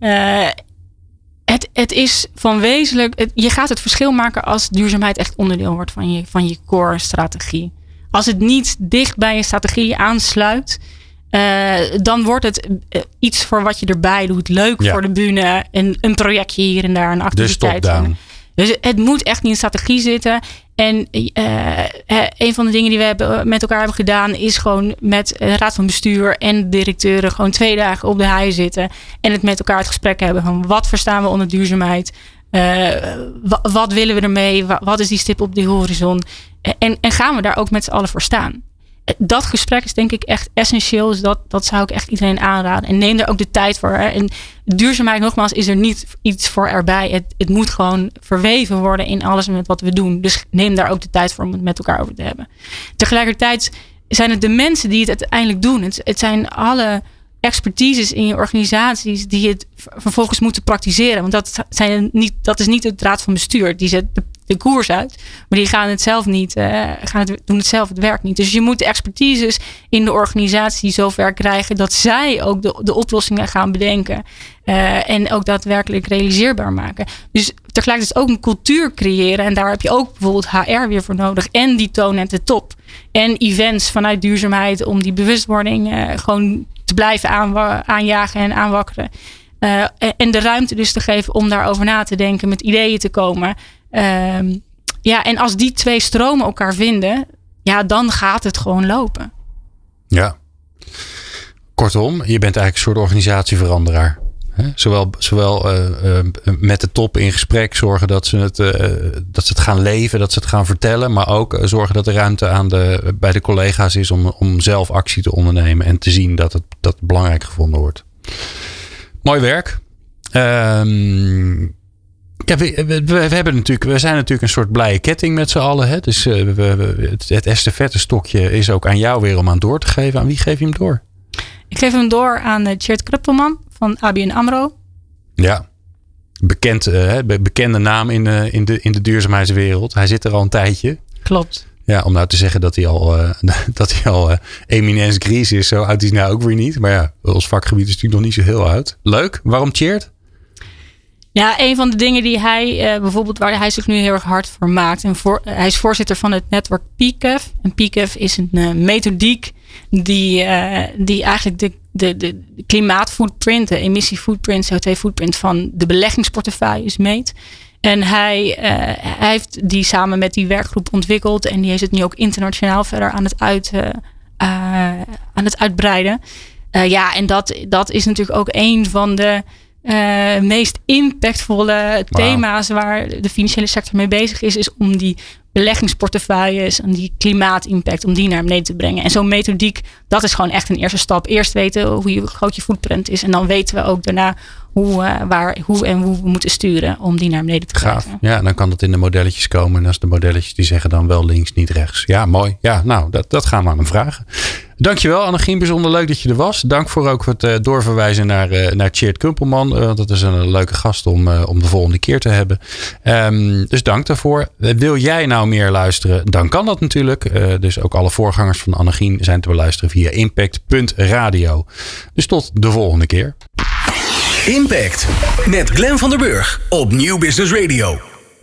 [SPEAKER 3] Het is van wezenlijk... Je gaat het verschil maken als duurzaamheid echt onderdeel wordt van je core strategie. Als het niet dicht bij je strategie aansluit... dan wordt het iets voor wat je erbij doet. Leuk voor de bühne. Een projectje hier en daar. Een activiteit. Dus het moet echt in een strategie zitten. En een van de dingen die we met elkaar hebben gedaan... is gewoon met de raad van bestuur en directeuren... gewoon 2 dagen op de hei zitten... en het met elkaar het gesprek hebben van... wat verstaan we onder duurzaamheid? Wat willen we ermee? Wat is die stip op de horizon? En gaan we daar ook met z'n allen voor staan? Dat gesprek is denk ik echt essentieel. Dus dat zou ik echt iedereen aanraden. En neem daar ook de tijd voor. Hè. En duurzaamheid nogmaals is er niet iets voor erbij. Het moet gewoon verweven worden in alles met wat we doen. Dus neem daar ook de tijd voor om het met elkaar over te hebben. Tegelijkertijd zijn het de mensen die het uiteindelijk doen. Het zijn alle expertises in je organisaties die het vervolgens moeten praktiseren. Want dat is niet het raad van bestuur. Die zet de koers uit. Maar die gaan het zelf niet, doen het zelf het werk niet. Dus je moet de expertises in de organisatie zover krijgen dat zij ook de oplossingen gaan bedenken. En ook daadwerkelijk realiseerbaar maken. Dus tegelijkertijd ook een cultuur creëren. En daar heb je ook bijvoorbeeld HR weer voor nodig. En die toon at the top. En events vanuit duurzaamheid om die bewustwording gewoon te blijven aanjagen en aanwakkeren. En de ruimte dus te geven om daarover na te denken, met ideeën te komen. En als die 2 stromen elkaar vinden, ja, dan gaat het gewoon lopen.
[SPEAKER 2] Ja. Kortom, je bent eigenlijk een soort organisatieveranderaar. Zowel met de top in gesprek zorgen dat ze het gaan leven, dat ze het gaan vertellen. Maar ook zorgen dat er ruimte bij de collega's is om zelf actie te ondernemen. En te zien dat het belangrijk gevonden wordt. Mooi werk. We zijn natuurlijk een soort blije ketting met z'n allen. Hè? Dus het estafettestokje is ook aan jou weer om aan door te geven. Aan wie geef je hem door?
[SPEAKER 3] Ik geef hem door aan Tjeerd Kruppelman van ABN AMRO. Ja,
[SPEAKER 2] bekende naam in de duurzaamheidswereld. Hij zit er al een tijdje.
[SPEAKER 3] Klopt.
[SPEAKER 2] Ja, om nou te zeggen dat hij al eminence grise is. Zo oud is hij nou ook weer niet. Maar ja, ons vakgebied is natuurlijk nog niet zo heel oud. Leuk. Waarom Tjeerd?
[SPEAKER 3] Ja, een van de dingen die hij bijvoorbeeld waar hij zich nu heel erg hard voor maakt. Hij is voorzitter van het netwerk PCAF. En PCAF is een methodiek die eigenlijk de klimaatfootprint, de emissiefootprint, CO2-footprint van de beleggingsportefeuilles meet. En hij heeft die samen met die werkgroep ontwikkeld. En die heeft het nu ook internationaal verder aan het uitbreiden. En dat is natuurlijk ook een van de meest impactvolle thema's waar de financiële sector mee bezig is om die beleggingsportefeuilles en die klimaatimpact, om die naar beneden te brengen. En zo'n methodiek, dat is gewoon echt een eerste stap. Eerst weten hoe groot je footprint is en dan weten we ook daarna hoe we moeten sturen om die naar beneden te krijgen.
[SPEAKER 2] Ja, en dan kan dat in de modelletjes komen. En als de modelletjes die zeggen dan wel links, niet rechts. Ja, mooi. Ja, nou, dat gaan we aan hem vragen. Dankjewel, Annegien. Bijzonder leuk dat je er was. Dank voor ook het doorverwijzen naar Tjeerd Kruppelman. Dat is een leuke gast om de volgende keer te hebben. Dus dank daarvoor. Wil jij nou meer luisteren? Dan kan dat natuurlijk. Dus ook alle voorgangers van Annegien zijn te beluisteren via impact.radio. Dus tot de volgende keer.
[SPEAKER 1] Impact met Glenn van der Burg op Nieuw Business Radio.